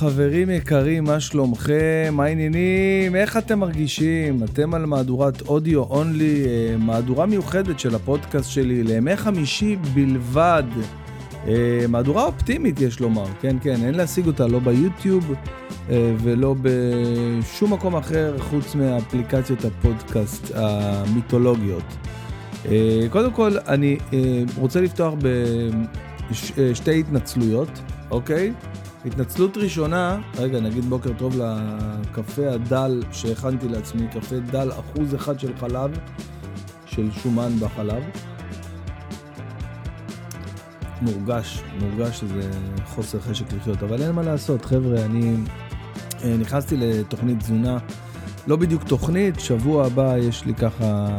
חברים יקרים, מה שלומכם? מה העניינים? איך אתם מרגישים? אתם על מהדורת אודיו אונלי, מהדורה מיוחדת של הפודקאסט שלי, לימי חמישי בלבד. מהדורה אופטימית יש לומר, כן, אין להשיג אותה לא ביוטיוב ולא בשום מקום אחר חוץ מאפליקציות הפודקאסט המיתולוגיות. קודם כל אני רוצה לפתוח בשתי התנצלויות, אוקיי? התנצלות ראשונה, רגע נגיד בוקר טוב לקפה הדל שהכנתי לעצמי, קפה דל 1% של חלב, של שומן בחלב. מורגש שזה חוסר חשק לחיות, אבל אין מה לעשות חבר'ה, אני נכנסתי לתוכנית תזונה, לא בדיוק תוכנית, שבוע הבא יש לי ככה,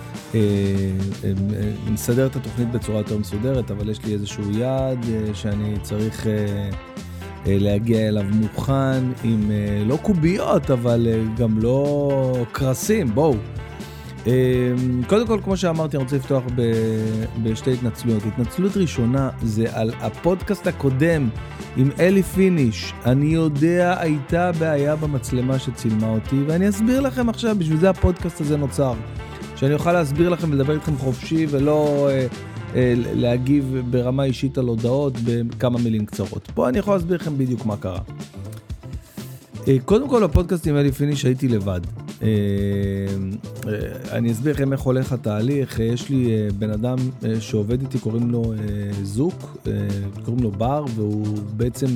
מסדר את התוכנית בצורה יותר מסודרת, אבל יש לי איזשהו יעד שאני צריך להגיע אליו מוכן, עם לא קוביות, אבל גם לא קרסים, בואו. קודם כל, כמו שאמרתי, אני רוצה לפתוח בשתי התנצלויות. התנצלות ראשונה זה על הפודקאסט הקודם עם אלי פיניש. אני יודע, הייתה בעיה במצלמה שצילמה אותי, ואני אסביר לכם עכשיו, בשביל זה הפודקאסט הזה נוצר. שאני אוכל להסביר לכם ולדבר איתכם חופשי, ולא להגיב ברמה אישית על הודעות בכמה מילים קצרות. פה אני יכול להסביר לכם בדיוק מה קרה. קודם כל, בפודקאסט עם אלי פיניש הייתי לבד. אני אסביר לכם איך הולך התהליך. יש לי בן אדם שעובד איתי, קוראים לו זוק, קוראים לו בר, והוא בעצם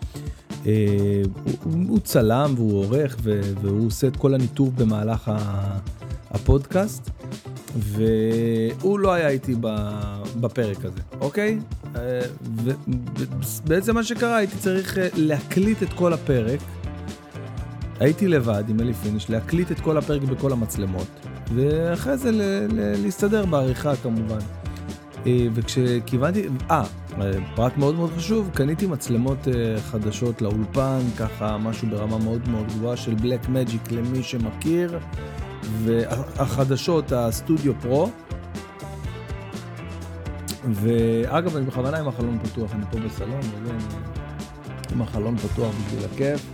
הוא צלם והוא עורך, והוא עושה את כל הניתוב במהלך הפודקאסט, והוא לא היה איתי בפרק הזה, אוקיי? ובעצם מה שקרה, הייתי צריך להקליט את כל הפרק, הייתי לבד עם אלי פיניש, להקליט את כל הפרק בכל המצלמות, ואחרי זה להסתדר בעריכה כמובן. וכשכיוונתי, פרט מאוד מאוד חשוב, קניתי מצלמות חדשות לאולפן, ככה משהו ברמה מאוד מאוד גבוהה של בלק מג'יק למי שמכיר, והחדשות הסטודיו פרו. ואגב, אני בכוונה עם החלון פתוח, אני פה בסלון, עם החלון פתוח בשביל הכיף,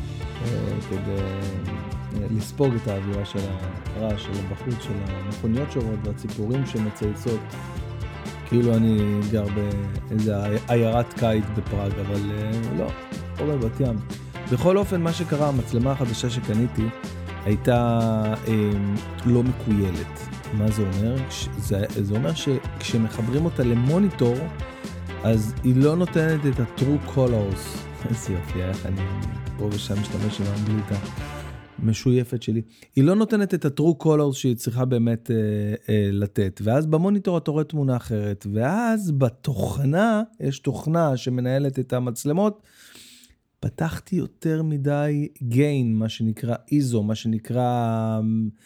כדי לספוג את האווירה של הרעש של הבחוץ, של המכוניות שעוברות והציפורים שמצייצות, כאילו אני גר באיזה עיירת קיץ בפראג, אבל לא, פה בבת ים. בכל אופן, מה שקרה, המצלמה החדשה שקניתי הייתה לא מקוילת. מה זה אומר? זה אומר שכשמחברים אותה למוניטור, אז היא לא נותנת את ה-true colors. איזה יופי, איך אני פה ושם משתמש עם האנגלית המשויפת שלי. היא לא נותנת את ה-true colors שהיא צריכה באמת לתת. ואז במוניטור אתה רואה תמונה אחרת. ואז בתוכנה, יש תוכנה שמנהלת את המצלמות, פתחתי יותר מדי gain, מה שנקרא איזו, מה שנקרא,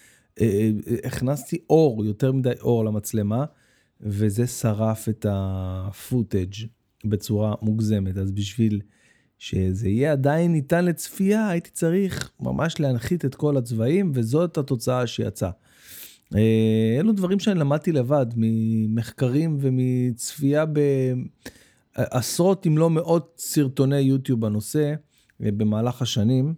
הכנסתי אור, יותר מדי אור למצלמה, וזה שרף את הפוטאג' בצורה מוגזמת. אז בשביל שזה יהיה עדיין ניתן לצפייה, הייתי צריך ממש להנחית את כל הצבעים, וזאת התוצאה שיצאה. אלו דברים שאני למדתי לבד, ממחקרים ומצפייה בעשרות אם לא מאות סרטוני יוטיוב בנושא, במהלך השנים,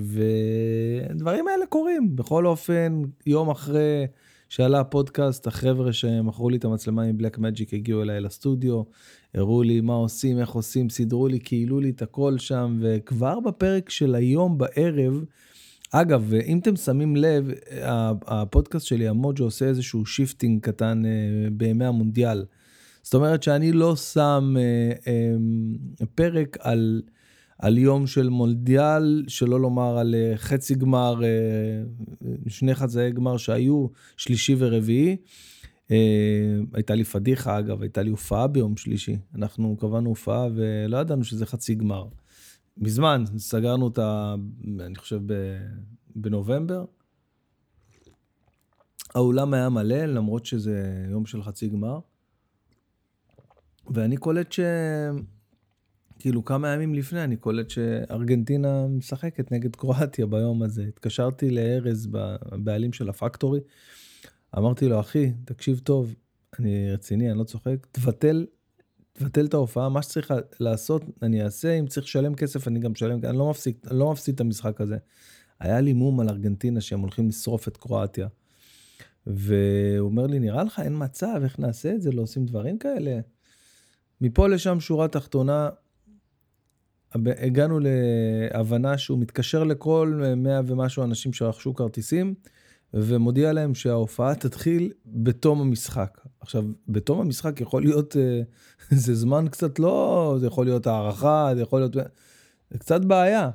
ודברים האלה קורים. בכל אופן, יום אחרי שעלה הפודקאסט, החבר'ה שמכרו לי את המצלמה עם בלק מג'יק הגיעו אליי לסטודיו, הראו לי מה עושים, איך עושים, סידרו לי, קהילו לי את הכל שם, וכבר בפרק של היום בערב, אגב, אם אתם שמים לב, הפודקאסט שלי, המוג'ו, עושה איזשהו שיפטינג קטן בימי המונדיאל. זאת אומרת שאני לא שם פרק על יום של מונדיאל, שלא לומר על חצי גמר, שני חצאי גמר שהיו, שלישי ורביעי. הייתה לי פדיחה, אגב, הייתה לי הופעה ביום שלישי. אנחנו קבענו הופעה ולא ידענו שזה חצי גמר. מזמן, סגרנו אותה, אני חושב, בנובמבר. האולם היה מלא, למרות שזה יום של חצי גמר. ואני קולט כאילו כמה ימים לפני, אני קולט שארגנטינה משחקת נגד קרואטיה ביום הזה. התקשרתי לארז, הבעלים של הפקטורי, אמרתי לו, אחי, תקשיב טוב, אני רציני, אני לא צוחק, תבטל תבטל את ההופעה, מה שצריך לעשות, אני אעשה, אם צריך לשלם כסף, אני גם משלם, אני לא מפסיד את המשחק הזה. היה לי מום על ארגנטינה, שהם הולכים לשרוף את קרואטיה. והוא אומר לי, נראה לך, אין מצב, איך נעשה את זה, לא עושים דברים כאלה. מפה לשם שורה תחתונה, הגענו להבנה שהוא מתקשר לכל 100 ומשהו אנשים שרכשו כרטיסים, ומודיע להם שההופעה תתחיל בתום המשחק. עכשיו, בתום המשחק יכול להיות, זה זמן קצת לא, זה יכול להיות הערכה, זה יכול להיות, קצת בעיה.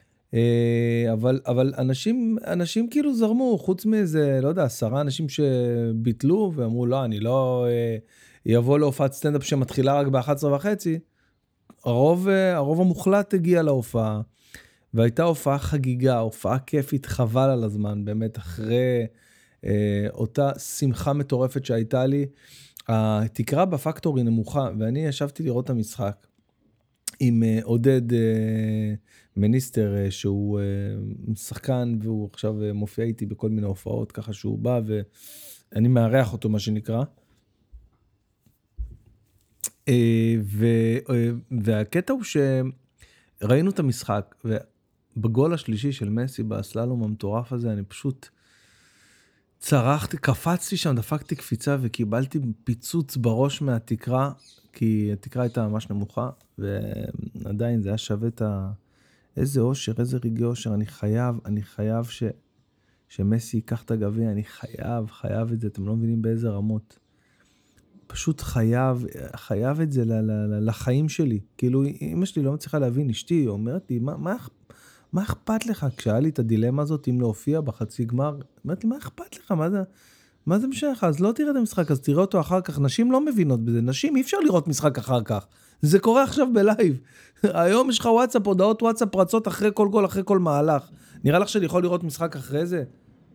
אבל אנשים כאילו זרמו, חוץ מאיזה, לא יודע, 10 אנשים שביטלו, ואמרו, לא, אני לא יבוא להופעת סטנדאפ שמתחילה רק ב-11:30, הרוב המוחלט הגיע להופעה, והייתה הופעה חגיגה, הופעה כיפית, חבל על הזמן, באמת אחרי אותה שמחה מטורפת שהייתה לי, התקרה בפקטור היא נמוכה, ואני ישבתי לראות את המשחק, עם עודד מניסטר, שהוא שחקן, והוא עכשיו מופיע איתי בכל מיני הופעות, ככה שהוא בא, ואני מארח אותו, מה שנקרא, והקטע הוא שראינו את המשחק, ובגול השלישי של מסי, בסללום המטורף הזה, אני פשוט צרחתי, קפצתי שם, דפקתי קפיצה, וקיבלתי פיצוץ בראש מהתקרה, כי התקרה הייתה ממש נמוכה, ועדיין זה היה שווה איזה אושר, איזה רגעי אושר, אני חייב שמסי ייקח את הגביע, אני חייב את זה, אתם לא מבינים באיזה רמות. פשוט חייב את זה לחיים שלי. כאילו, אמא שלי לא מצליחה להבין, אשתי אומרת לי, מה אכפת לך? כשהיה לי את הדילמה הזאת, אם להופיע בחצי גמר, אמרת לי, מה אכפת לך? מה זה משנה לך? אז לא תראה את המשחק, אז תראה אותו אחר כך. נשים לא מבינות בזה. נשים, אי אפשר לראות משחק אחר כך. זה קורה עכשיו בלייב. היום יש לך וואטסאפ, הודעות וואטסאפ רצות אחרי כל גול, אחרי כל מהלך. נראה לך שאני יכול לראות משחק אחרי זה?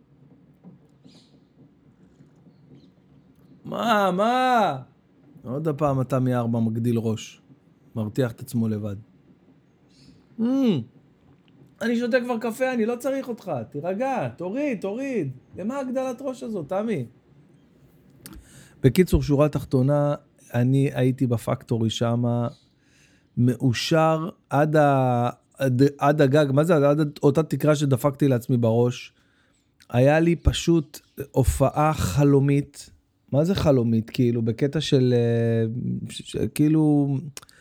מה? עוד הפעם אתה מ4 מגדיל ראש. מרתיח את עצמו לבד. אני שותה כבר קפה, אני לא צריך אותך. תירגע, תוריד. למה הגדלת ראש הזאת, תמי? בקיצור, שורה תחתונה, אני הייתי בפקטורי שמה, מאושר עד הגג. מה זה? עד אותה תקרה שדפקתי לעצמי בראש. היה לי פשוט הופעה חלומית. מה זה חלומית? כאילו, בקטע של כאילו,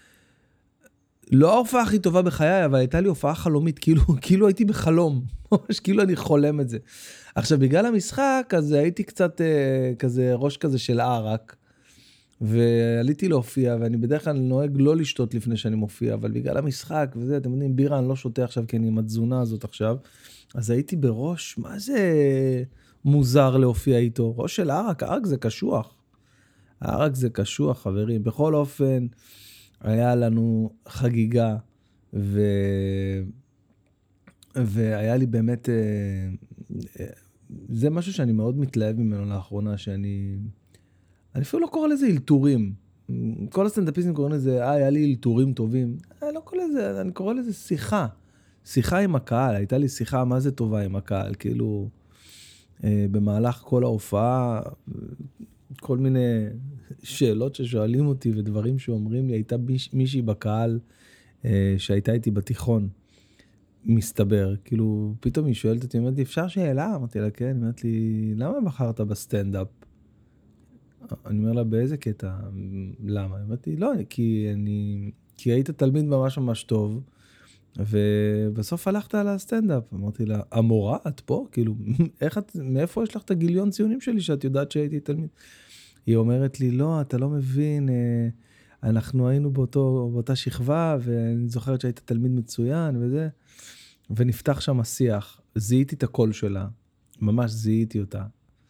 לא ההופעה הכי טובה בחיי, אבל הייתה לי הופעה חלומית, כאילו הייתי בחלום, ממש כאילו אני חולם את זה. עכשיו, בגלל המשחק, אז הייתי קצת כזה, ראש כזה של ערק, ועליתי להופיע, ואני בדרך כלל נוהג לא לשתות לפני שאני מופיע, אבל בגלל המשחק וזה, אתם יודעים, בירה אני לא שותה עכשיו, כי אני עם התזונה הזאת עכשיו, אז הייתי בראש, מה זה מוזר להופיע איתו? ראש של ערק זה קשוח. הערק זה קשוח, חברים. בכל אופן, היה לנו חגיגה, והיה לי באמת, זה משהו שאני מאוד מתלהב ממנו לאחרונה, שאני אפילו לא קורא לזה אלתורים. כל הסטנדאפיסטים קוראים לזה, היה לי אלתורים טובים. לא קורא לזה, אני קורא לזה שיחה עם הקהל. הייתה לי שיחה, מה זה טובה עם הקהל? כאילו, במהלך כל ההופעה, כל מיני שאלות ששואלים אותי ודברים שאומרים לי, הייתה מישהי בקהל שהייתה איתי בתיכון, מסתבר, כאילו פתאום היא שואלת אותי, אמרתי, אפשר שאלה? אמרתי לה, כן, אמרת לי, למה בחרת בסטנדאפ? אני אומר לה, באיזה קטע? למה? אמרתי, לא, כי היית תלמיד ממש ממש טוב, ובסוף הלכת על הסטנדאפ. אמרתי לה, המורה, את פה? כאילו, מאיפה יש לך את הגיליון ציונים שלי שאת יודעת שהייתי תלמיד? היא אומרת לי, לא, אתה לא מבין, אנחנו היינו באותה שכבה, ואני זוכרת שהיית תלמיד מצוין וזה, ונפתח שם השיח, זיהיתי את הקול שלה, ממש זיהיתי אותה.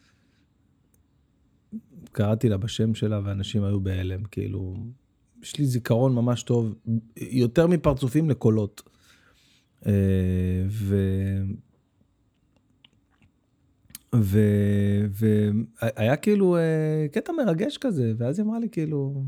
קראתי לה בשם שלה, ואנשים היו בהלם, כאילו, יש לי זיכרון ממש טוב, יותר מפרצופים לקולות. והיה כאילו קטע מרגש כזה, ואז היא אמרה לי כאילו,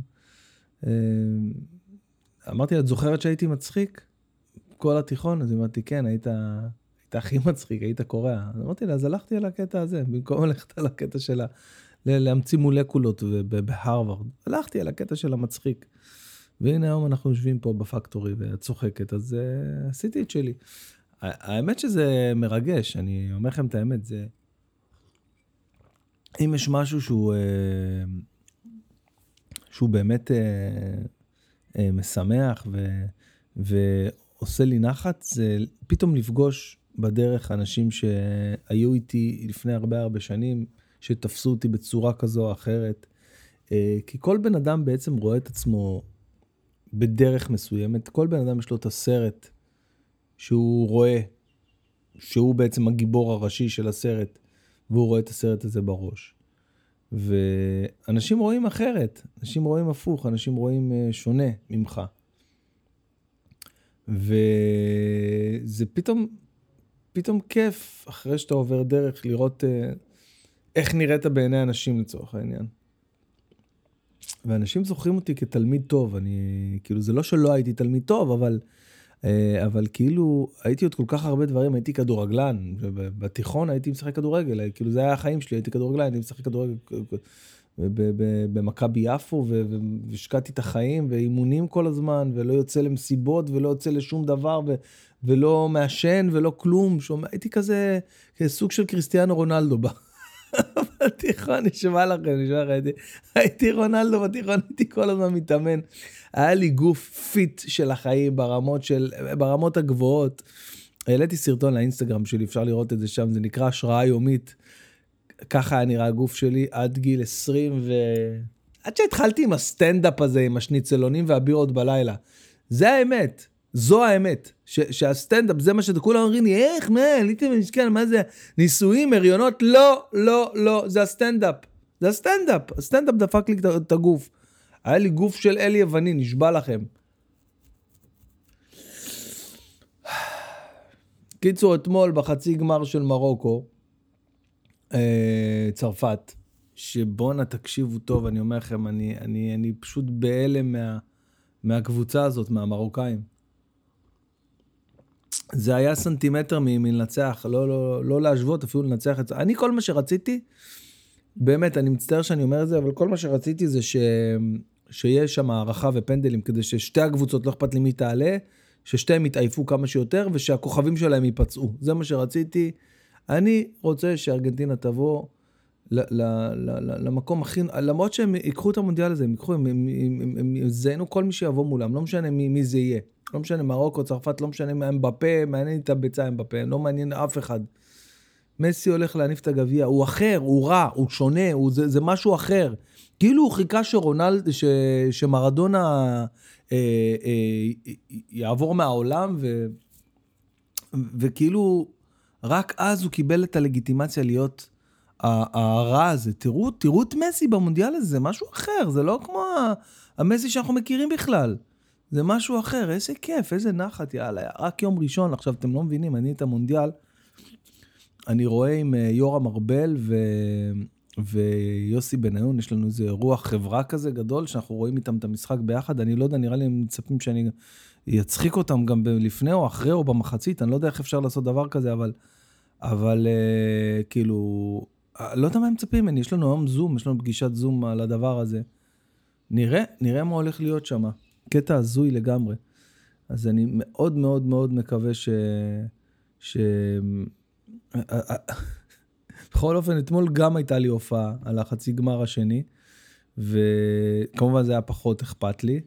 אמרתי לה, את זוכרת שהייתי מצחיק כל התיכון? אז אמרתי, כן, היית הכי מצחיק, היית קורא. אז אמרתי לה, אז הלכתי על הקטע הזה, במקום ללכת על הקטע שלה להמציא מולקולות בהרווארד. הלכתי על הקטע של המצחיק. והנה היום אנחנו יושבים פה בפקטורי ואת צוחקת, אז עשיתי את שלי. האמת שזה מרגש, אני אומר לכם את האמת, זה... אם יש משהו שהוא באמת משמח ועושה לי נחת, זה פתאום לפגוש בדרך אנשים שהיו איתי לפני הרבה שנים, שתפסו אותי בצורה כזו או אחרת. כי כל בן אדם בעצם רואה את עצמו בדרך מסוימת, כל בן אדם יש לו את הסרט שהוא רואה, שהוא בעצם הגיבור הראשי של הסרט, והוא רואה את הסרט הזה בראש. ואנשים רואים אחרת, אנשים רואים הפוך, אנשים רואים שונה ממך. וזה פתאום כיף, אחרי שאתה עובר דרך, לראות איך נראית בעיני אנשים לצורך העניין. ואנשים זוכרים אותי כתלמיד טוב, כאילו זה לא שלא הייתי תלמיד טוב, אבל כאילו הייתי עוד כל כך הרבה דברים, הייתי כדורגלן, בתיכון הייתי משחק כדורגל, כאילו זה היה החיים שלי, הייתי כדורגלן, הייתי משחק כדורגל במכבי יפו, והשקעתי את החיים, ואימונים כל הזמן, ולא יוצא למסיבות, ולא יוצא לשום דבר, ולא מעשן, ולא כלום, הייתי כזה, סוג של קריסטיאנו רונלדו בה. בתיכון, נשמע לכם, הייתי רונלדו בתיכון, הייתי כל הזמן מתאמן, היה לי גוף פיט של החיים ברמות הגבוהות. העליתי סרטון לאינסטגרם שלי, אפשר לראות את זה שם, זה נקרא השראה יומית. ככה היה נראה הגוף שלי עד גיל 20 עד שהתחלתי עם הסטנדאפ הזה, עם השניצלונים והבירות בלילה. זה האמת, זו האמת, שהסטנדאפ זה מה שכולם אומרים לי, איך, מה, עליתי במשקל, מה זה, ניסויים, הריונות, לא, זה הסטנדאפ, הסטנדאפ דפק לי את הגוף. היה לי גוף של אלי יווני, נשבע לכם. קיצור, אתמול בחצי גמר של מרוקו, צרפת, שבונה תקשיבו טוב, אני אומר לכם, אני פשוט בהלם מהקבוצה הזאת, מהמרוקאים. זה היה סנטימטר מלנצח, לא להשוות, אפילו לנצח את זה. אני כל מה שרציתי, באמת, אני מצטער שאני אומר את זה, אבל כל מה שרציתי זה שיש שם הערכה ופנדלים, כדי ששתי הקבוצות, לא אכפת לי מי תעלה, ששתיהם יתעייפו כמה שיותר, ושהכוכבים שלהם ייפצעו. זה מה שרציתי. אני רוצה שארגנטינה תבוא למקום הכי, למרות שהם ייקחו את המונדיאל הזה, הם יזיינו כל מי שיבוא מולם, לא משנה מי זה יהיה. לא משנה מרוקו, צרפת, לא משנה מה אמבפה, מעניין את הביצה אמבפה, לא מעניין אף אחד. מסי הולך להניף את הגביע, הוא אחר, הוא רע, הוא שונה, זה משהו אחר. כאילו הוא חיכה שמרדונה יעבור מהעולם, וכאילו רק אז הוא קיבל את הלגיטימציה להיות הרע הזה. תראו את מסי במונדיאל הזה, זה משהו אחר, זה לא כמו המסי שאנחנו מכירים בכלל. זה משהו אחר, איזה כיף, איזה נחת, יאללה, רק יום ראשון, עכשיו אתם לא מבינים, אני את המונדיאל, אני רואה עם יורם ארבל ויוסי בניון, יש לנו איזה רוח חברה כזה גדול, שאנחנו רואים איתם את המשחק ביחד, אני לא יודע, נראה לי הם מצפים שאני יצחיק אותם גם לפני או אחרי או במחצית, אני לא יודע איך אפשר לעשות דבר כזה, אבל כאילו, לא יודע מה הם מצפים ממני, יש לנו היום זום, יש לנו פגישת זום על הדבר הזה, נראה מה הולך להיות שם, קטע הזוי לגמרי, אז אני מאוד מאוד מאוד מקווה בכל אופן, אתמול גם הייתה לי הופעה על החצי גמר השני, וכמובן זה היה פחות אכפת לי.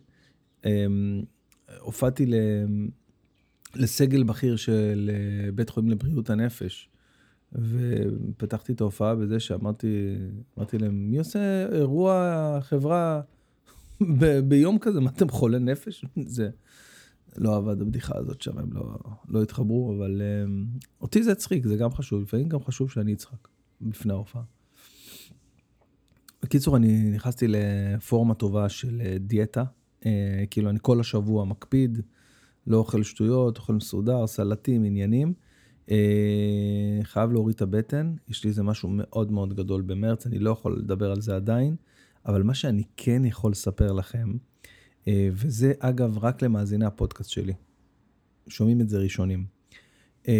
הופעתי לסגל בכיר של בית חולים לבריאות הנפש, ופתחתי את ההופעה בזה שאמרתי להם, מי עושה אירוע חברה ביום כזה? מה אתם חולה נפש? זה לא עבד הבדיחה הזאת שם, הם לא התחברו, אבל אותי זה הצחיק, זה גם חשוב, לפעמים גם חשוב שאני אצחק בפני ההופעה. בקיצור, אני נכנסתי לפורמה טובה של דיאטה, כאילו אני כל השבוע מקפיד, לא אוכל שטויות, אוכל מסודר, סלטים, עניינים, חייב להוריד את הבטן, יש לי איזה משהו מאוד מאוד גדול במרץ, אני לא יכול לדבר על זה עדיין, אבל מה שאני כן יכול לספר לכם, וזה אגב רק למאזיני הפודקאסט שלי, שומעים את זה ראשונים.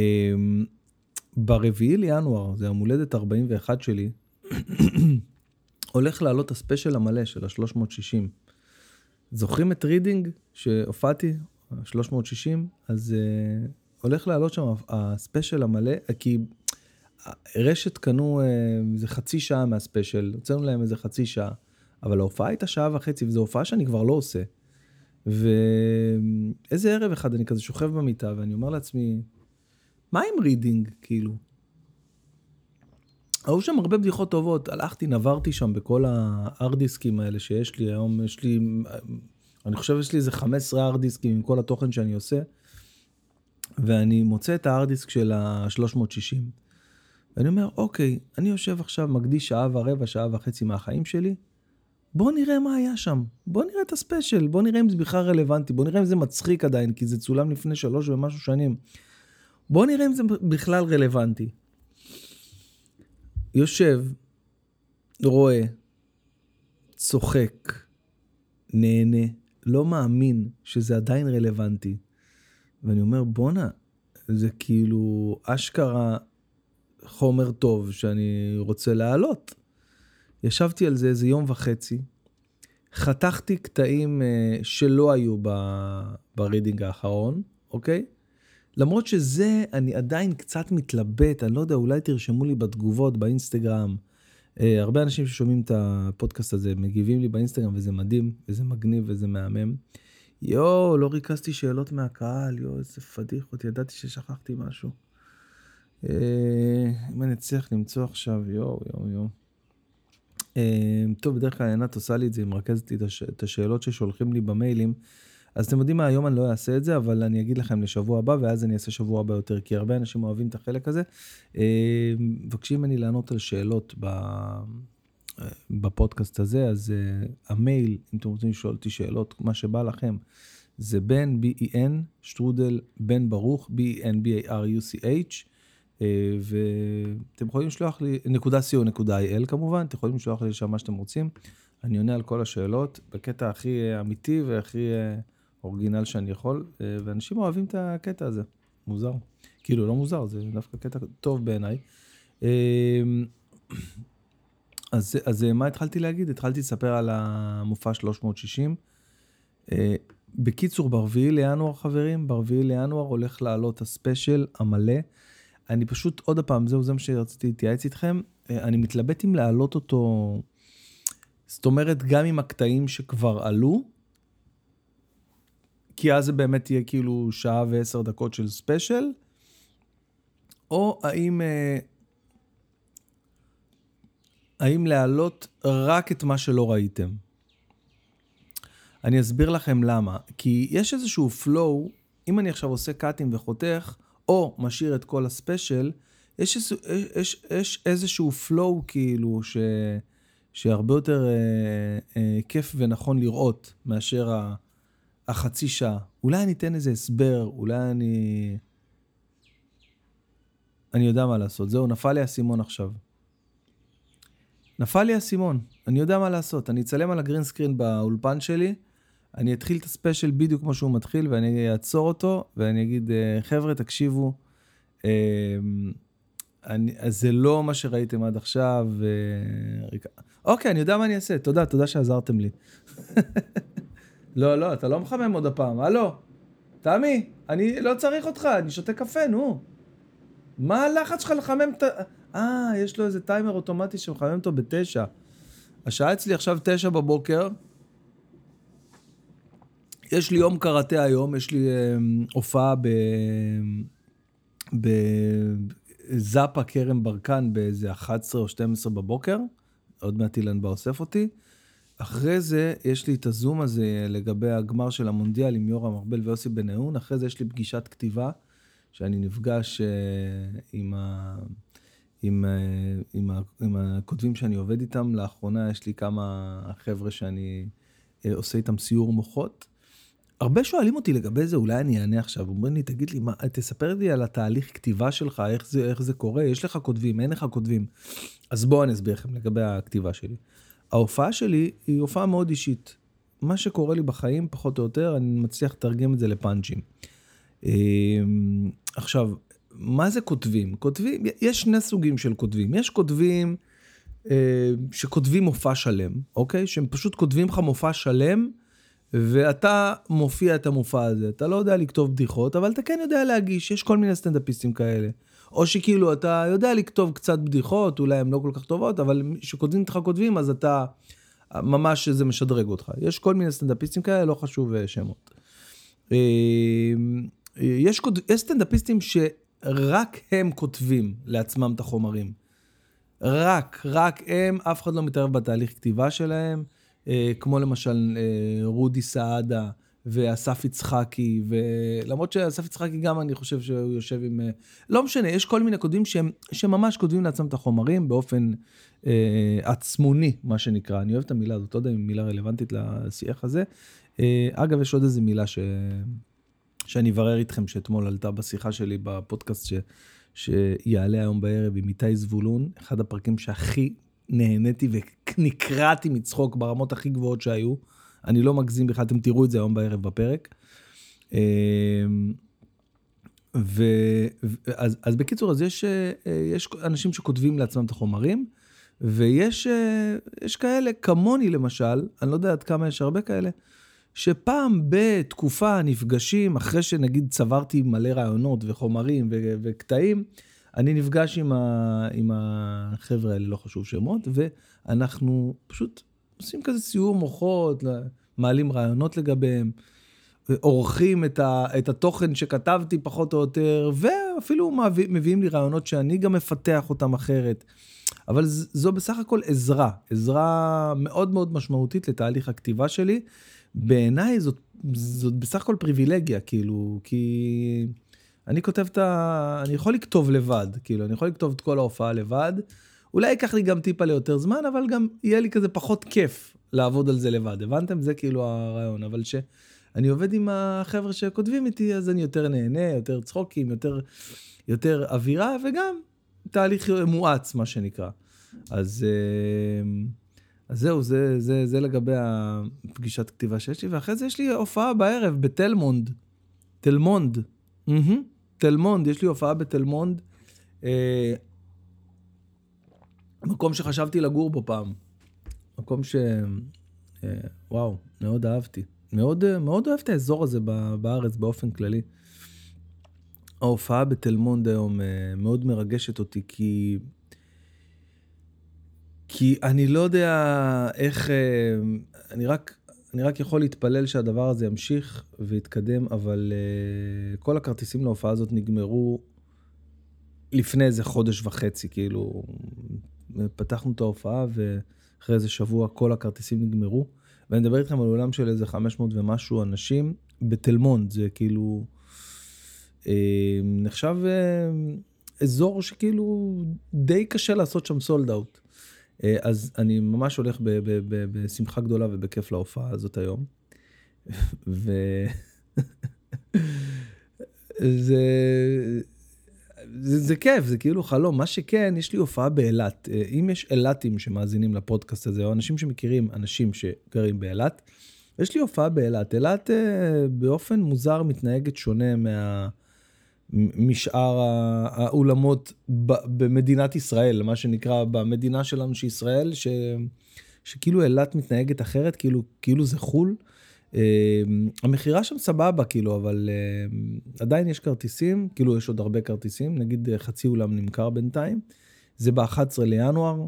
ברביעי לינואר, זה המולדת 41 שלי, הולך לעלות הספיישל המלא של ה-360. זוכרים את רידינג שהופעתי? 360? אז הולך לעלות שם הספיישל המלא, כי רשת קנו איזה חצי שעה מהספיישל, הוצאנו להם איזה חצי שעה, אבל ההופעה הייתה שעה וחצי, וזו הופעה שאני כבר לא עושה. ואיזה ערב אחד אני כזה שוכב במיטה, ואני אומר לעצמי, מה עם רידינג, כאילו? היו שם הרבה בדיחות טובות, הלכתי, נברתי שם בכל הארדיסקים האלה שיש לי, היום יש לי, אני חושב יש לי איזה 15 ארדיסקים עם כל התוכן שאני עושה, ואני מוצא את הארדיסק של ה-360, ואני אומר, אוקיי, אני יושב עכשיו, מקדיש שעה ורבע, שעה וחצי מהחיים שלי, בוא נראה מה היה שם, בוא נראה את הספיישל, בוא נראה אם זה בכלל רלוונטי, בוא נראה אם זה מצחיק עדיין, כי זה צולם לפני 3 ומשהו שנים, בוא נראה אם זה בכלל רלוונטי. יושב, רואה, צוחק, נהנה, לא מאמין שזה עדיין רלוונטי. ואני אומר, בונה, זה כאילו אשכרה חומר טוב שאני רוצה להעלות. ישבתי על זה איזה יום וחצי, חתכתי קטעים שלא היו ברידינג האחרון, אוקיי? למרות שזה, אני עדיין קצת מתלבט, אני לא יודע, אולי תרשמו לי בתגובות באינסטגרם. הרבה אנשים ששומעים את הפודקאסט הזה, מגיבים לי באינסטגרם, וזה מדהים, וזה מגניב, וזה מהמם. לא ריכזתי שאלות מהקהל, איזה פדיחות, ידעתי ששכחתי משהו. אם אני צריך למצוא עכשיו, טוב, בדרך כלל עינת עושה לי את זה, היא מרכזת לי את השאלות ששולחים לי במיילים, אז אתם יודעים מה, היום אני לא אעשה את זה, אבל אני אגיד לכם לשבוע הבא, ואז אני אעשה שבוע הבא יותר, כי הרבה אנשים אוהבים את החלק הזה. מבקשים ממני לענות על שאלות בפודקאסט הזה, אז המייל, אם אתם רוצים לשאול אותי שאלות, מה שבא לכם, זה בן, B-E-N, שטרודל, בן ברוך, B-E-N-B-A-R-U-C-H, ואתם יכולים לשלוח לי, .co.il כמובן, אתם יכולים לשלוח לי שם מה שאתם רוצים, אני עונה על כל השאלות, בקטע הכי אמיתי והכי אורגינל שאני יכול, ואנשים אוהבים את הקטע הזה, מוזר. כאילו לא מוזר, זה דווקא קטע טוב בעיניי. אז מה התחלתי להגיד? התחלתי לספר על המופע 360. בקיצור, ב4 לינואר חברים, ב4 לינואר הולך לעלות הספיישל המלא. אני פשוט עוד הפעם, זה מה שרציתי להתייעץ איתכם, אני מתלבט אם להעלות אותו, זאת אומרת גם עם הקטעים שכבר עלו, כי אז זה באמת יהיה כאילו שעה ו10 דקות של ספיישל, או האם להעלות רק את מה שלא ראיתם. אני אסביר לכם למה. כי יש איזשהו flow, אם אני עכשיו עושה קאטים וחותך, או משאיר את כל הספיישל, יש איזשהו flow כאילו שהרבה יותר כיף ונכון לראות מאשר החצי שעה. אולי אני אתן איזה הסבר, אולי אני יודע מה לעשות. זהו, נפל לי הסימון עכשיו. נפל לי הסימון, אני יודע מה לעשות. אני אצלם על הגרין סקרין באולפן שלי, אני אתחיל את הספיישל בדיוק כמו שהוא מתחיל, ואני אעצור אותו, ואני אגיד, חבר'ה, תקשיבו, אז זה לא מה שראיתם עד עכשיו. אוקיי, אני יודע מה אני אעשה. תודה שעזרתם לי. לא, אתה לא מחמם עוד הפעם. הלו, תמי, אני לא צריך אותך, אני שותה קפה, נו. מה הלחץ שלך לחמם את יש לו איזה טיימר אוטומטי שמחמם אותו ב9. השעה אצלי עכשיו 9 בבוקר. יש לי יום קראטה היום, יש לי הופעה בזאפה קרם ברקן באיזה 11 או 12 בבוקר. עוד מעט אילן בא אוסף אותי. אחרי זה יש לי את הזום הזה לגבי הגמר של המונדיאל עם יורם ארבל ויוסי בן-נאון. אחרי זה יש לי פגישת כתיבה שאני נפגש עם הכותבים שאני עובד איתם. לאחרונה יש לי כמה חבר'ה שאני עושה איתם סיור מוחות. הרבה שואלים אותי לגבי זה, אולי אני אענה עכשיו. אומרים לי, תגיד לי, תספר לי על התהליך כתיבה שלך, איך זה קורה, יש לך כותבים, אין לך כותבים. אז בואו אני אסביר לכם לגבי הכתיבה שלי. ההופעה שלי היא הופעה מאוד אישית. מה שקורה לי בחיים, פחות או יותר, אני מצליח לתרגם את זה לפאנצ'ים. עכשיו, מה זה כותבים? יש שני סוגים של כותבים. יש כותבים שכותבים מופע שלם, אוקיי? שהם פשוט כותבים לך מופע שלם, ואתה מופיע את המופע הזה. אתה לא יודע לכתוב בדיחות, אבל אתה כן יודע להגיש, יש כל מיני סטנדאפיסטים כאלה. או שכאילו אתה יודע לכתוב קצת בדיחות, אולי הן לא כל כך טובות, אבל כשכותבים איתך כותבים, אז אתה ממש זה משדרג אותך. יש כל מיני סטנדאפיסטים כאלה, לא חשוב שמות. יש סטנדאפיסטים שרק הם כותבים לעצמם את החומרים. רק הם, אף אחד לא מתערב בתהליך כתיבה שלהם, כמו למשל רודי סעדה ואסף יצחקי, ולמרות שאסף יצחקי גם אני חושב שהוא יושב עם... לא משנה, יש כל מיני כותבים שממש כותבים לעצמם את החומרים באופן עצמוני, מה שנקרא. אני אוהב את המילה הזאת, לא יודע אם היא מילה רלוונטית לשיח הזה. אגב, יש עוד איזו מילה שאני אברר איתכם, שאתמול עלתה בשיחה שלי בפודקאסט שיעלה היום בערב עם איתי זבולון, אחד הפרקים שהכי נהניתי ונקרעתי מצחוק ברמות הכי גבוהות שהיו. אני לא מגזים בכלל, אתם תראו את זה היום בערב בפרק. אז בקיצור, אז יש אנשים שכותבים לעצמם את החומרים, ויש כאלה, כמוני למשל, אני לא יודע עד כמה יש הרבה כאלה, שפעם בתקופה נפגשים, אחרי שנגיד צברתי מלא רעיונות וחומרים וקטעים, אני נפגש עם החבר'ה האלה, לא חשוב שמות, ואנחנו פשוט עושים כזה סיור מוחות, מעלים רעיונות לגביהם, עורכים את התוכן שכתבתי פחות או יותר, ואפילו מביאים לי רעיונות שאני גם מפתח אותם אחרת. אבל זו בסך הכל עזרה מאוד מאוד משמעותית לתהליך הכתיבה שלי. בעיניי זאת בסך הכל פריבילגיה, כאילו, כי אני אני יכול לכתוב לבד, כאילו, אני יכול לכתוב את כל ההופעה לבד, אולי ייקח לי גם טיפה ליותר זמן, אבל גם יהיה לי כזה פחות כיף לעבוד על זה לבד, הבנתם? זה כאילו הרעיון, אבל שאני עובד עם החבר'ה שכותבים איתי, אז אני יותר נהנה, יותר צחוקים, יותר אווירה, וגם תהליך מואץ, מה שנקרא. אז זהו, זה לגבי הפגישת כתיבה שיש לי, ואחרי זה יש לי הופעה בערב בתלמונד. תלמונד, יש לי הופעה בתלמונד, מקום שחשבתי לגור בו פעם. מקום וואו, מאוד אהבתי. מאוד אוהב את האזור הזה בארץ באופן כללי. ההופעה בתלמונד היום מאוד מרגשת אותי, כי אני לא יודע איך, אני רק יכול להתפלל שהדבר הזה ימשיך ויתקדם, אבל כל הכרטיסים להופעה הזאת נגמרו לפני איזה חודש וחצי, כאילו, פתחנו את ההופעה ואחרי איזה שבוע כל הכרטיסים נגמרו, ואני מדבר איתכם על עולם של איזה 500 ומשהו אנשים בתלמונד, זה כאילו נחשב אזור שככאילו די קשה לעשות שם סולד אאוט. אז אני ממש הולך בשמחה גדולה ובכיף להופעה הזאת היום. זה כיף, זה כאילו חלום. מה שכן, יש לי הופעה באילת. אם יש אילתים שמאזינים לפודקאסט הזה, או אנשים שמכירים אנשים שגרים באילת, יש לי הופעה באילת. אילת באופן מוזר מתנהגת שונה משאר האולמות במדינת ישראל, מה שנקרא במדינה שלנו שישראל, שכאילו אילת מתנהגת אחרת, כאילו זה חול. המחירה שם סבבה, כאילו, אבל עדיין יש כרטיסים, כאילו יש עוד הרבה כרטיסים, נגיד חצי אולם נמכר בינתיים, זה ב-11 לינואר,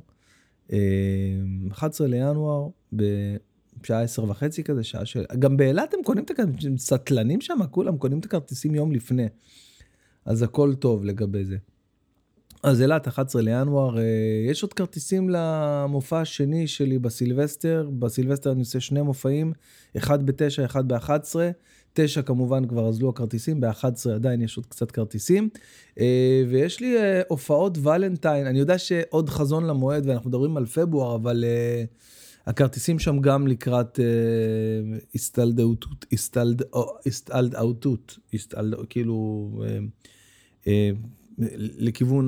11 לינואר, בשעה 10:30 כזה, שעה גם באילת הם קונים את הכרטיסים, סטלנים שם, כולם קונים את הכרטיסים יום לפני, אז הכל טוב לגבי זה. אז אילת, 11 לינואר, יש עוד כרטיסים למופע השני שלי בסילבסטר, אני עושה 2 מופעים, אחד ב-9, אחד ב-11, 9 כמובן כבר עזלו הכרטיסים, ב-11 עדיין יש עוד קצת כרטיסים, ויש לי הופעות ולנטיין, אני יודע שעוד חזון למועד, ואנחנו מדברים על פברואר, אבל הכרטיסים שם גם לקראת הסתלדאותות, כאילו לכיוון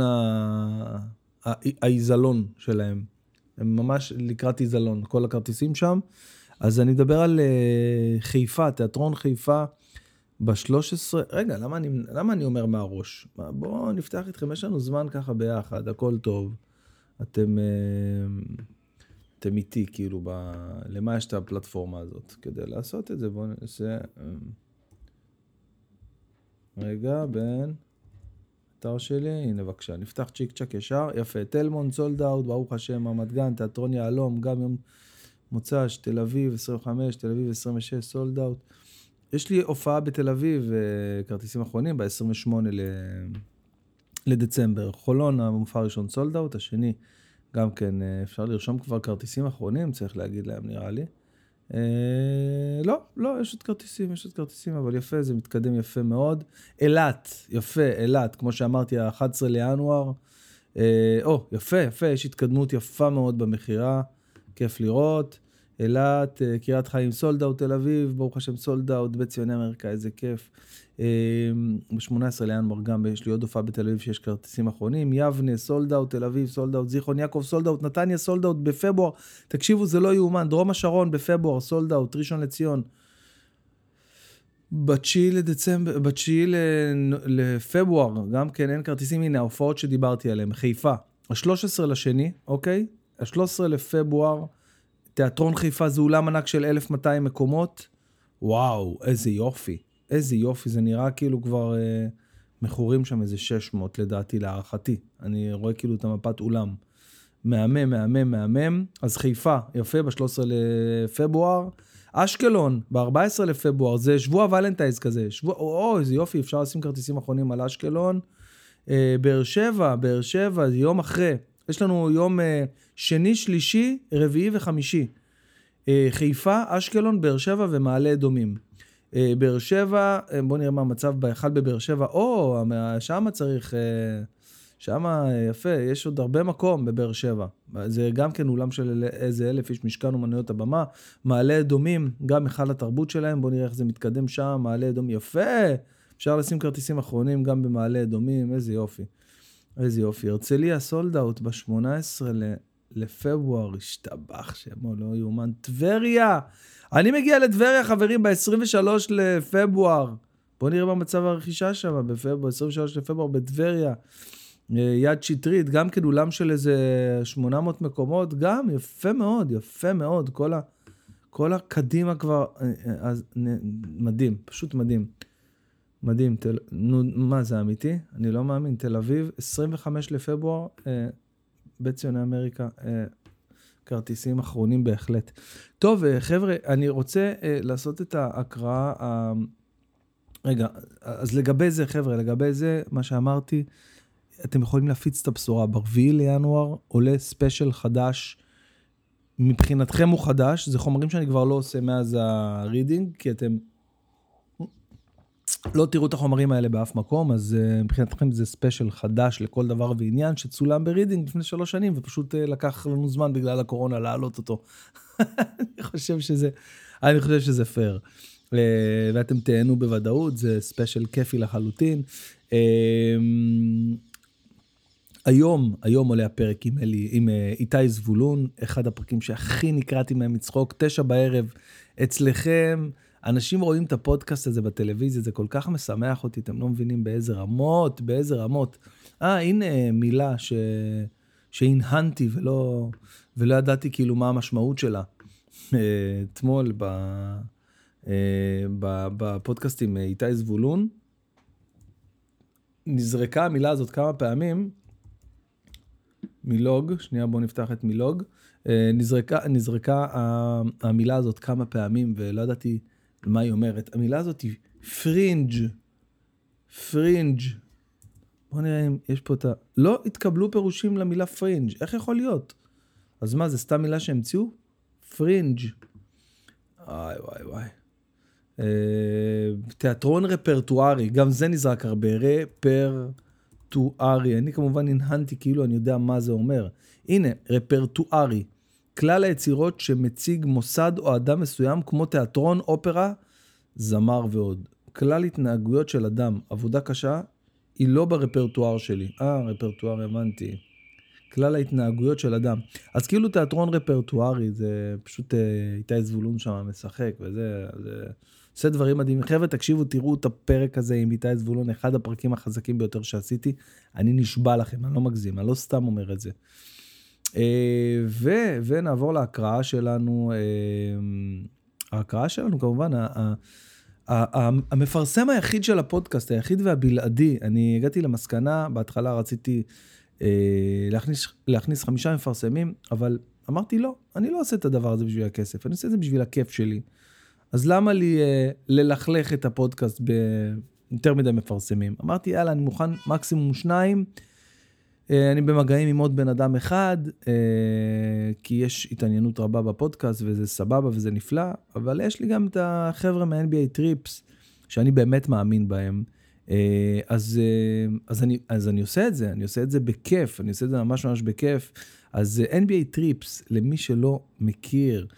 האיזלון שלהם, הם ממש לקראת איזלון, כל הכרטיסים שם. אז אני מדבר על חיפה, תיאטרון חיפה, ב-13, רגע, למה אני אומר מהראש? בואו נפתח איתכם, יש לנו זמן ככה ביחד, הכל טוב. אתם איתי, כאילו, למה יש את הפלטפורמה הזאת? כדי לעשות את זה, בואו נעשה... רגע, אתר שלי, הנה בבקשה, נפתח צ'יק צ'ק ישר, יפה, תלמון, סולד אאוט, ברוך השם, רמת גן, תיאטרון יהלום, גם יום מוצ"ש, תל אביב 25, תל אביב 26, סולד אאוט. יש לי הופעה בתל אביב, כרטיסים אחרונים, ב-28 לדצמבר. חולון, המופע הראשון סולד אאוט, השני גם כן, אפשר לרשום כבר כרטיסים אחרונים, צריך להגיד להם, נראה לי. לא, יש עוד כרטיסים, אבל יפה, זה מתקדם יפה מאוד. אילת, יפה, אילת, כמו שאמרתי, ה-11 לינואר. יפה, יש התקדמות יפה מאוד במחירה, כיף לראות. אילת, קריית חיים, סולד אאוט, תל אביב, ברוך השם סולד אאוט, בית ציוני אמריקה, איזה כיף. ב-18 לינואר גם יש לי עוד הופעה בתל אביב שיש כרטיסים אחרונים, יבנה, סולד אאוט, תל אביב, סולד אאוט, זיכרון יעקב, סולד אאוט, נתניה, סולד אאוט, בפברואר, תקשיבו, זה לא יאומן, דרום השרון בפברואר, סולד אאוט, ראשון לציון, ב-9 לפברואר, גם כן אין כרטיסים, הנה ההופעות שדיברתי עליהן, חיפה, ה-13 לשני, אוקיי? ה-13 לפברואר, תיאטרון חיפה זה אולם ענק של 1,200 מקומות, וואו, איזה יופי, זה נראה כאילו כבר מכורים שם איזה 600 לדעתי, להערכתי. אני רואה כאילו את המפת אולם. מהמם. אז חיפה, יפה, ב-13 לפברואר. אשקלון, ב-14 לפברואר, זה שבוע ולנטייז כזה. איזה יופי, אפשר לשים כרטיסים אחרונים על אשקלון. באר שבע, זה יום אחרי. יש לנו יום שני, שלישי, רביעי וחמישי. חיפה, אשקלון, באר שבע ומעלה אדומים. באר שבע, בוא נראה מה המצב באחד בבאר שבע, שמה צריך, שמה יפה, יש עוד הרבה מקום בבאר שבע, זה גם כן אולם של איזה 1,000 איש, משכן אומנויות הבמה, מעלה אדומים, גם אחד התרבות שלהם, בוא נראה איך זה מתקדם שם, מעלה אדומים, יפה, אפשר לשים כרטיסים אחרונים גם במעלה אדומים, איזה יופי, הרצליה סולד אאוט ב-18 לפברואר, השתבח שמו, לא יאומן, טבריה, אני מגיע לטבריה, חברים, ב-23 לפברואר. בואו נראה במצב הרכישה שם, בפברואר, 23 לפברואר בטבריה. יד שטרית, גם כן אולם של איזה 800 מקומות, גם יפה מאוד. כל הקדימה כבר, מדהים, פשוט מדהים. מה זה אמיתי? אני לא מאמין. תל אביב, 25 לפברואר, בית ציוני אמריקה, כרטיסים אחרונים בהחלט. טוב, חבר'ה, אני רוצה לעשות את ההקראה, רגע, אז לגבי זה, מה שאמרתי, אתם יכולים להפיץ את הבשורה, ב-4 לינואר עולה ספיישל חדש, מבחינתכם הוא חדש, זה חומרים שאני כבר לא עושה מאז הרידינג, כי אתם לא תראו את החומרים האלה באף מקום, אז מבחינתכם זה ספיישל חדש לכל דבר ועניין, שצולם ברידינג לפני 3 שנים, ופשוט לקח לנו זמן בגלל הקורונה להעלות אותו. אני חושב שזה פייר. ואתם תהנו בוודאות, זה ספיישל כיפי לחלוטין. היום עולה הפרק עם איתי זבולון, אחד הפרקים שהכי נקראתי מהם מצחוק, 9 בערב, אצלכם, אנשים רואים את הפודקאסט הזה בטלוויזיה, זה כל כך משמח אותי, אתם לא מבינים באיזה רמות. הנה מילה שהנהנתי ולא ידעתי כאילו מה המשמעות שלה. אתמול בפודקאסט עם איתי זבולון, נזרקה המילה הזאת כמה פעמים, מילוג, שנייה בואו נפתח את מילוג, נזרקה המילה הזאת כמה פעמים ולא ידעתי מה היא אומרת. המילה הזאת היא פרינג'. בואו נראה אם יש פה לא התקבלו פירושים למילה פרינג'. איך יכול להיות? אז מה, זה סתם מילה שהמציאו? פרינג'. וואי. תיאטרון רפרטוארי, גם זה נזרק הרבה, רפרטוארי. אני כמובן הנהנתי כאילו אני יודע מה זה אומר. הנה, רפרטוארי. כלל היצירות שמציג מוסד או אדם מסוים, כמו תיאטרון, אופרה, זמר ועוד. כלל התנהגויות של אדם, עבודה קשה, היא לא ברפרטואר שלי. רפרטואר, הבנתי. כלל ההתנהגויות של אדם. אז כאילו תיאטרון רפרטוארי, זה פשוט איתי זבולון שם משחק, וזה עושה דברים מדהים. חבר'ה, תקשיבו, תראו את הפרק הזה עם איתי זבולון, אחד הפרקים החזקים ביותר שעשיתי. אני נשבע לכם, אני לא מגזים, אני לא סתם אומר את זה. ונעבור להקראה שלנו. ההקראה שלנו כמובן, המפרסם היחיד של הפודקאסט, היחיד והבלעדי, אני הגעתי למסקנה, בהתחלה רציתי להכניס 5 מפרסמים, אבל אמרתי לא, אני לא עושה את הדבר הזה בשביל הכסף, אני עושה את זה בשביל הכיף שלי. אז למה לי ללכלך את הפודקאסט ביותר מדי מפרסמים? אמרתי, יאללה, אני מוכן מקסימום 2, אני במגעים עם עוד בן אדם אחד, כי יש התעניינות רבה בפודקאסט, וזה סבבה וזה נפלא, אבל יש לי גם את החבר'ה מה-NBA טריפס, שאני באמת מאמין בהם, אז אני עושה את זה, אני עושה את זה בכיף, אני עושה את זה ממש ממש בכיף. אז NBA טריפס, למי שלא מכיר,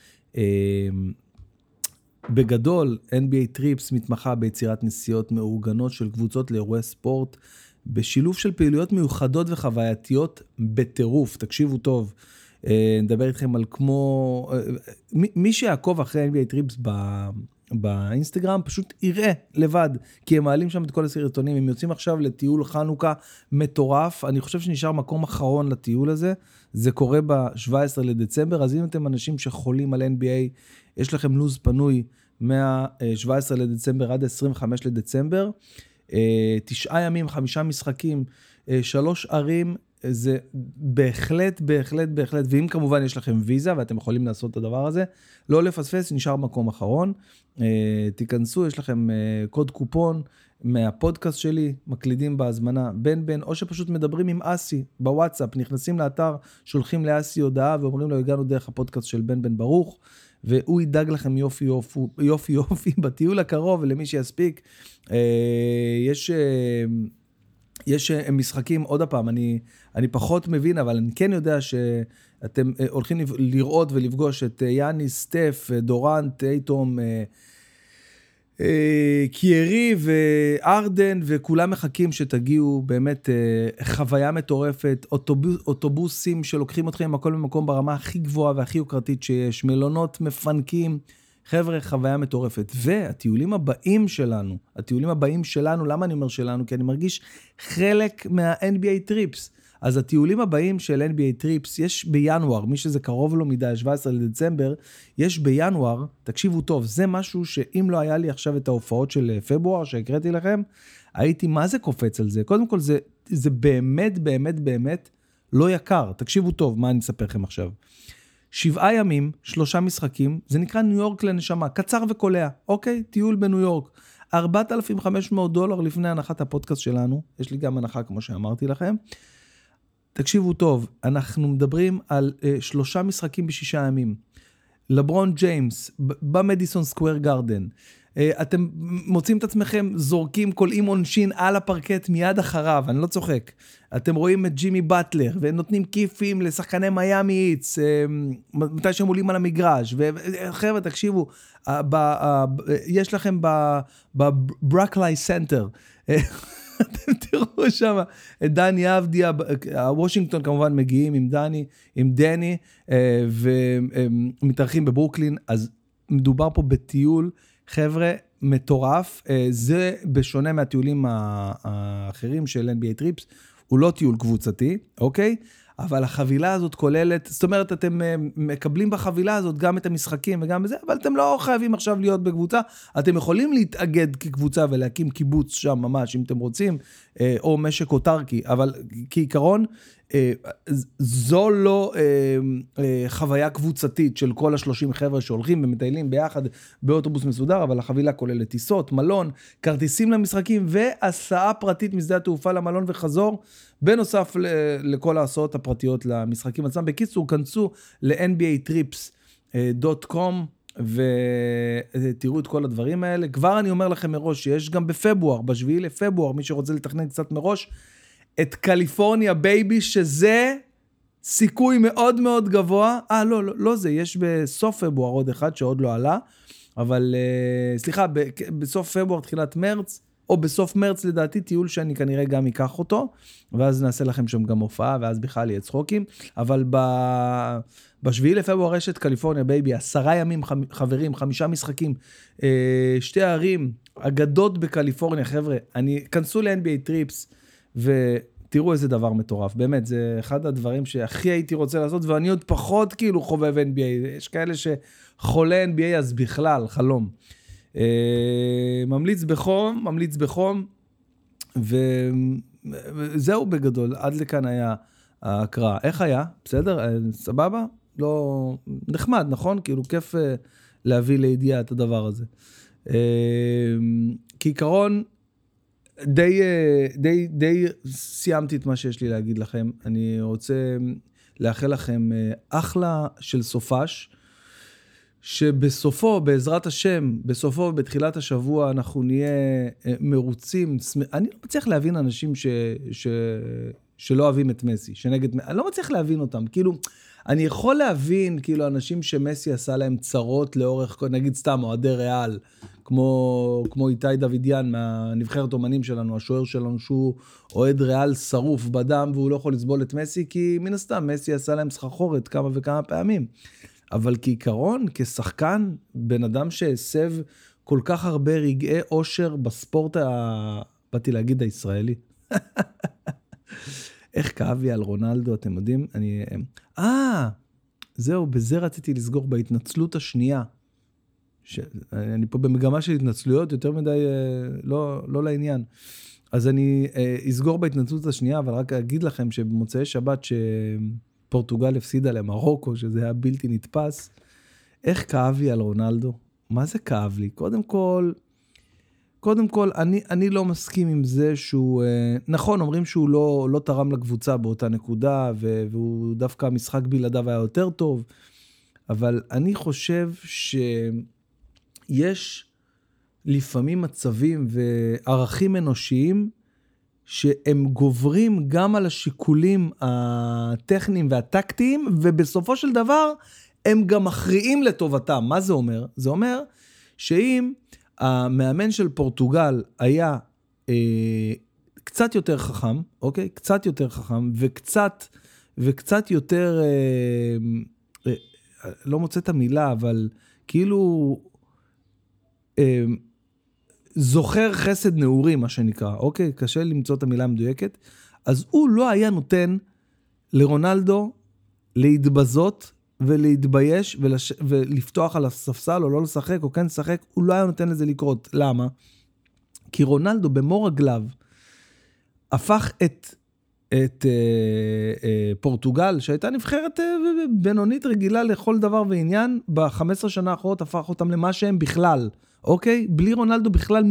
בגדול, NBA טריפס מתמחה ביצירת נסיעות מאורגנות של קבוצות לאירועי ספורט, בשילוב של פעילויות מיוחדות וחווייתיות בטירוף. תקשיבו טוב, נדבר איתכם על כמו, מי שיעקוב אחרי NBA טריפס באינסטגרם פשוט יראה לבד, כי הם מעלים שם את כל הסרטונים, הם יוצאים עכשיו לטיול חנוכה מטורף, אני חושב שנשאר מקום אחרון לטיול הזה, זה קורה ב-17 לדצמבר, אז אם אתם אנשים שחולים על NBA, יש לכם לוז פנוי מה-17 לדצמבר עד 25 לדצמבר, 9 ימים, 5 משחקים, 3 ערים, זה בהחלט, ואם כמובן יש לכם ויזה, ואתם יכולים לעשות את הדבר הזה, לא לפספס, נשאר מקום אחרון, תיכנסו, יש לכם קוד קופון מהפודקאסט שלי, מקלידים בהזמנה בן, או שפשוט מדברים עם אסי בוואטסאפ, נכנסים לאתר, שולחים לאסי הודעה, ואומרים לו, הגענו דרך הפודקאסט של בן ברוך, והוא ידאג לכם יופי בטיול הקרוב, למי שיספיק. יש משחקים, עוד הפעם, אני פחות מבין, אבל אני כן יודע שאתם הולכים לראות ולפגוש את יאניס, סטף, דורנט, אייטום, קיירי וארדן, וכולם מחכים שתגיעו באמת חוויה מטורפת, אוטובוסים שלוקחים אתכם מכל במקום ברמה הכי גבוהה והכי יוקרתית שיש, מלונות מפנקים, חבר'ה, חוויה מטורפת. והטיולים הבאים שלנו, למה אני אומר שלנו? כי אני מרגיש חלק מה-NBA טריפס. אז הטיולים הבאים של NBA טריפס, יש בינואר, מי שזה קרוב לו מדי, 17 לדצמבר, יש בינואר, תקשיבו טוב, זה משהו שאם לא היה לי עכשיו את ההופעות של פברואר שהקראתי לכם, הייתי מה זה קופץ על זה? קודם כל זה באמת לא יקר. תקשיבו טוב, מה אני אספר לכם עכשיו. 7 ימים, 3 משחקים, זה נקרא ניו יורק לנשמה, קצר וקולע, אוקיי? טיול בניו יורק, $4,500 לפני הנחת הפודקאסט שלנו, יש לי גם הנחה כמו שאמרתי לכם, תקשיבו טוב, אנחנו מדברים על 3 משחקים ב6 ימים, לברון ג'יימס, במדיסון סקוואר גארדן, אתם מוצאים את עצמכם זורקים קולעים עונשין על הפרקט מיד אחריו, אני לא צוחק. אתם רואים את ג'ימי באטלר, ונותנים כיפים לשחקני מיימי היטס, מתי שהם עולים על המגרש, וחבר'ה, תקשיבו, יש לכם בברקלי סנטר, אתם תראו שם, את דני אבדיה, הוושינגטון כמובן מגיעים עם דני, ומתארחים בברוקלין, אז מדובר פה בטיול, חבר'ה, מטורף, זה בשונה מהטיולים האחרים של NBA טריפס, הוא לא טיול קבוצתי, אוקיי? אבל החבילה הזאת כוללת, זאת אומרת, אתם מקבלים בחבילה הזאת גם את המשחקים וגם בזה, אבל אתם לא חייבים עכשיו להיות בקבוצה, אתם יכולים להתאגד כקבוצה ולהקים קיבוץ שם ממש, אם אתם רוצים, או משק אוטרקי, אבל כעיקרון, זו לא חוויה קבוצתית של כל 30 חבר'ה שהולכים ומטיילים ביחד באוטובוס מסודר, אבל החבילה כוללת טיסות, מלון, כרטיסים למשחקים והסעה פרטית משדה התעופה למלון וחזור, בנוסף לכל ההסעות הפרטיות למשחקים עצמם. בקיצור, כנסו ל-nbatrips.com ותראו את כל הדברים האלה. כבר אני אומר לכם מראש שיש גם בפברואר, ב7 לפברואר, מי שרוצה לתכנן קצת מראש, את קליפורניה בייבי, שזה סיכוי מאוד מאוד גבוה. לא זה, יש בסוף פברואר עוד אחד שעוד לא עלה, אבל סליחה, בסוף פברואר, תחילת מרץ, או בסוף מרץ לדעתי, טיול שאני כנראה גם אקח אותו, ואז נעשה לכם שם גם הופעה, ואז בכלל יהיה צחוקים, אבל ב7 לפברואר יש את קליפורניה בייבי, 10 ימים חברים, 5 משחקים, 2 ערים, אגדות בקליפורניה, חבר'ה, כנסו ל-NBA טריפס, תראו איזה דבר מטורף, באמת, זה אחד הדברים שהכי הייתי רוצה לעשות, ואני עוד פחות כאילו חובב NBA, יש כאלה שחולה NBA אז בכלל, חלום. ממליץ בחום, וזהו בגדול, עד לכאן היה ההקראה. איך היה? בסדר? סבבה? לא... נחמד, נכון? כאילו כיף להביא לידיעה את הדבר הזה. כעיקרון, די סיימתי את מה שיש לי להגיד לכם. אני רוצה לאחל לכם אחלה של סופש, שבסופו, בעזרת השם, בסופו בתחילת השבוע אנחנו נהיה מרוצים. אני לא מצליח להבין אנשים שלא אוהבים את מסי, אני לא מצליח להבין אותם. כאילו, אני יכול להבין כאילו אנשים שמסי עשה להם צרות לאורך, נגיד סתם, אוהדי ריאל, כמו איתי דוידיאן מהנבחרת אומנים שלנו, השוער שלנו שהוא אוהד ריאל שרוף בדם, והוא לא יכול לסבול את מסי, כי מן הסתם מסי עשה להם סחרחורת כמה וכמה פעמים. אבל כעיקרון, כשחקן, בן אדם שהסב כל כך הרבה רגעי אושר בספורט, באתי להגיד הישראלי. איך כאב לי על רונלדו, אתם יודעים? זהו, בזה רציתי לסגור בהתנצלות השנייה. אני פה במגמה של התנצלויות, יותר מדי לא לעניין. אז אני אסגור בהתנצלות השנייה, אבל רק אגיד לכם שבמוצאי שבת שפורטוגל הפסידה למרוקו, שזה היה בלתי נתפס, איך כאב לי על רונלדו? מה זה כאב לי? קודם כל, אני לא מסכים עם זה שהוא, נכון, אומרים שהוא לא תרם לקבוצה באותה נקודה, והוא דווקא המשחק בלעדיו היה יותר טוב, אבל אני חושב שיש לפעמים מצבים וערכים אנושיים, שהם גוברים גם על השיקולים הטכניים והטקטיים, ובסופו של דבר הם גם מכריעים לטובתם. מה זה אומר? זה אומר שאם המאמן של פורטוגל היה קצת יותר חכם, אוקיי? קצת יותר חכם, וקצת יותר, לא מוצא את המילה, אבל כאילו זוכר חסד נעורי, מה שנקרא, אוקיי? קשה למצוא את המילה המדויקת. אז הוא לא היה נותן לרונלדו להתבזות ולהתבייש ולפתוח על הספסל או לא לשחק או כן לשחק, הוא לא היה נותן לזה לקרות. למה? כי רונלדו במור רגליו הפך את פורטוגל, שהייתה נבחרת בינונית רגילה לכל דבר ועניין, ב-15 שנה האחרות הפך אותם למה שהם בכלל, אוקיי? בלי רונלדו בכלל,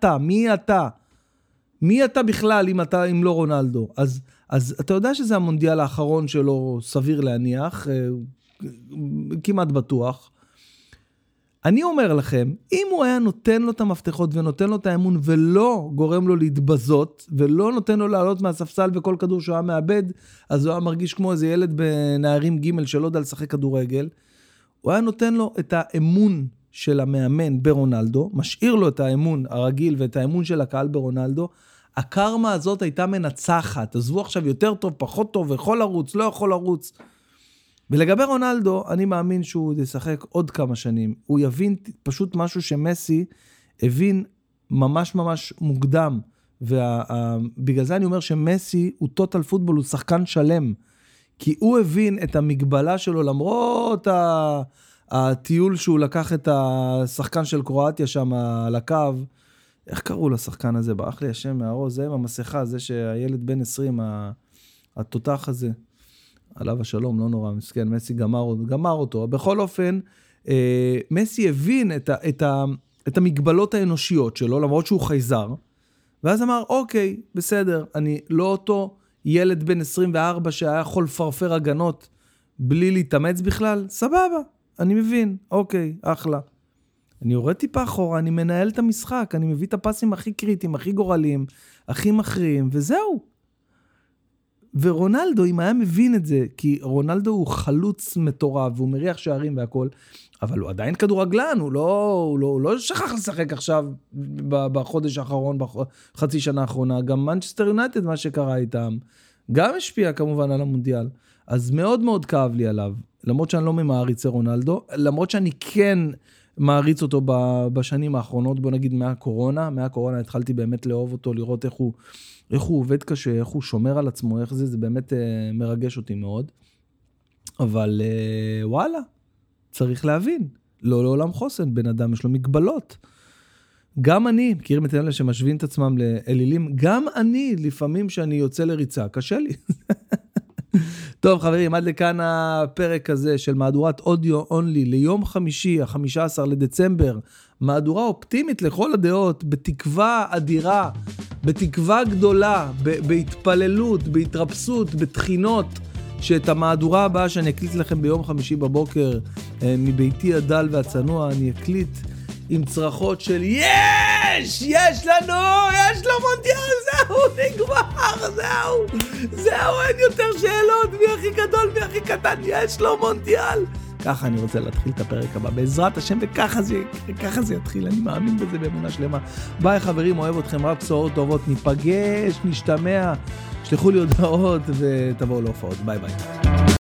מי אתה בכלל אם לא רונלדו? אז אתה יודע שזה המונדיאל האחרון שלו, סביר להניח, כמעט בטוח. אני אומר לכם, אם הוא היה נותן לו את המפתחות ונותן לו את האמון ולא גורם לו להתבזות, ולא נותן לו לעלות מהספסל וכל כדור שהוא היה מאבד, אז הוא היה מרגיש כמו איזה ילד בנערים ג' שלא יודע לשחק כדורגל, הוא היה נותן לו את האמון של המאמן ברונלדו, משאיר לו את האמון הרגיל ואת האמון של הקהל ברונלדו, הקרמה הזאת הייתה מנצחת, עזבו עכשיו יותר טוב, פחות טוב, יכול לרוץ, לא יכול לרוץ. ולגבי רונלדו, אני מאמין שהוא ישחק עוד כמה שנים. הוא יבין פשוט משהו שמסי הבין ממש ממש מוקדם. ובגלל זה אני אומר שמסי הוא טוטל פוטבול, הוא שחקן שלם. כי הוא הבין את המגבלה שלו, למרות הטיול שהוא לקח את השחקן של קרואטיה שם על הקו. איך קראו לשחקן הזה? ברח לי השם מהראש, זה עם המסכה, זה שהילד בן 20, התותח הזה. עליו השלום, לא נורא, מסכן, מסי גמר אותו. בכל אופן, מסי הבין את המגבלות האנושיות שלו, למרות שהוא חייזר, ואז אמר, אוקיי, בסדר, אני לא אותו ילד בן 24 שהיה יכול לפרפר הגנות בלי להתאמץ בכלל, סבבה, אני מבין, אוקיי, אחלה. אני יורד טיפה אחורה, אני מנהל את המשחק, אני מביא את הפסים הכי קריטיים, הכי גורליים, הכי מכריעים, וזהו. ורונלדו, אם היה מבין את זה, כי רונלדו הוא חלוץ מטורף, והוא מריח שערים והכל, אבל הוא עדיין כדורגלן, הוא לא שכח לשחק עכשיו בחודש האחרון, בחצי שנה האחרונה, גם מנצ'סטר יונייטד, מה שקרה איתם, גם השפיע כמובן על המונדיאל, אז מאוד מאוד כאב לי עליו, למרות שאני לא ממעריצי רונלדו, למרות שאני כן מעריץ אותו בשנים האחרונות, בוא נגיד מהקורונה התחלתי באמת לאהוב אותו, לראות איך הוא עובד קשה, איך הוא שומר על עצמו, איך זה באמת מרגש אותי מאוד. אבל וואלה, צריך להבין, לא לעולם חוסן, בן אדם יש לו מגבלות. גם אני, מכירים את אלה שמשווים את עצמם לאלילים, גם אני, לפעמים שאני יוצא לריצה, קשה לי. טוב חברים, עד לכאן הפרק הזה של מהדורת אודיו אונלי ליום חמישי, ה-15 לדצמבר, מהדורה אופטימית לכל הדעות, בתקווה אדירה, בתקווה גדולה, בהתפללות, בהתרפסות, בתחינות, שאת המהדורה הבאה שאני אקליט לכם ביום חמישי בבוקר, מביתי הדל והצנוע, אני אקליט עם צרחות של יש לו מונדיאל, זהו, נגמר, זהו, אין יותר שאלות, מי הכי גדול, מי הכי קטן, יש לו מונדיאל. ככה אני רוצה להתחיל את הפרק הבא, בעזרת השם, וככה זה יתחיל, אני מאמין בזה באמונה שלמה. ביי חברים, אוהב אתכם, רק בשורות טובות, ניפגש, נשתמע, שלחו לי הודעות ותבואו להופעות, ביי ביי.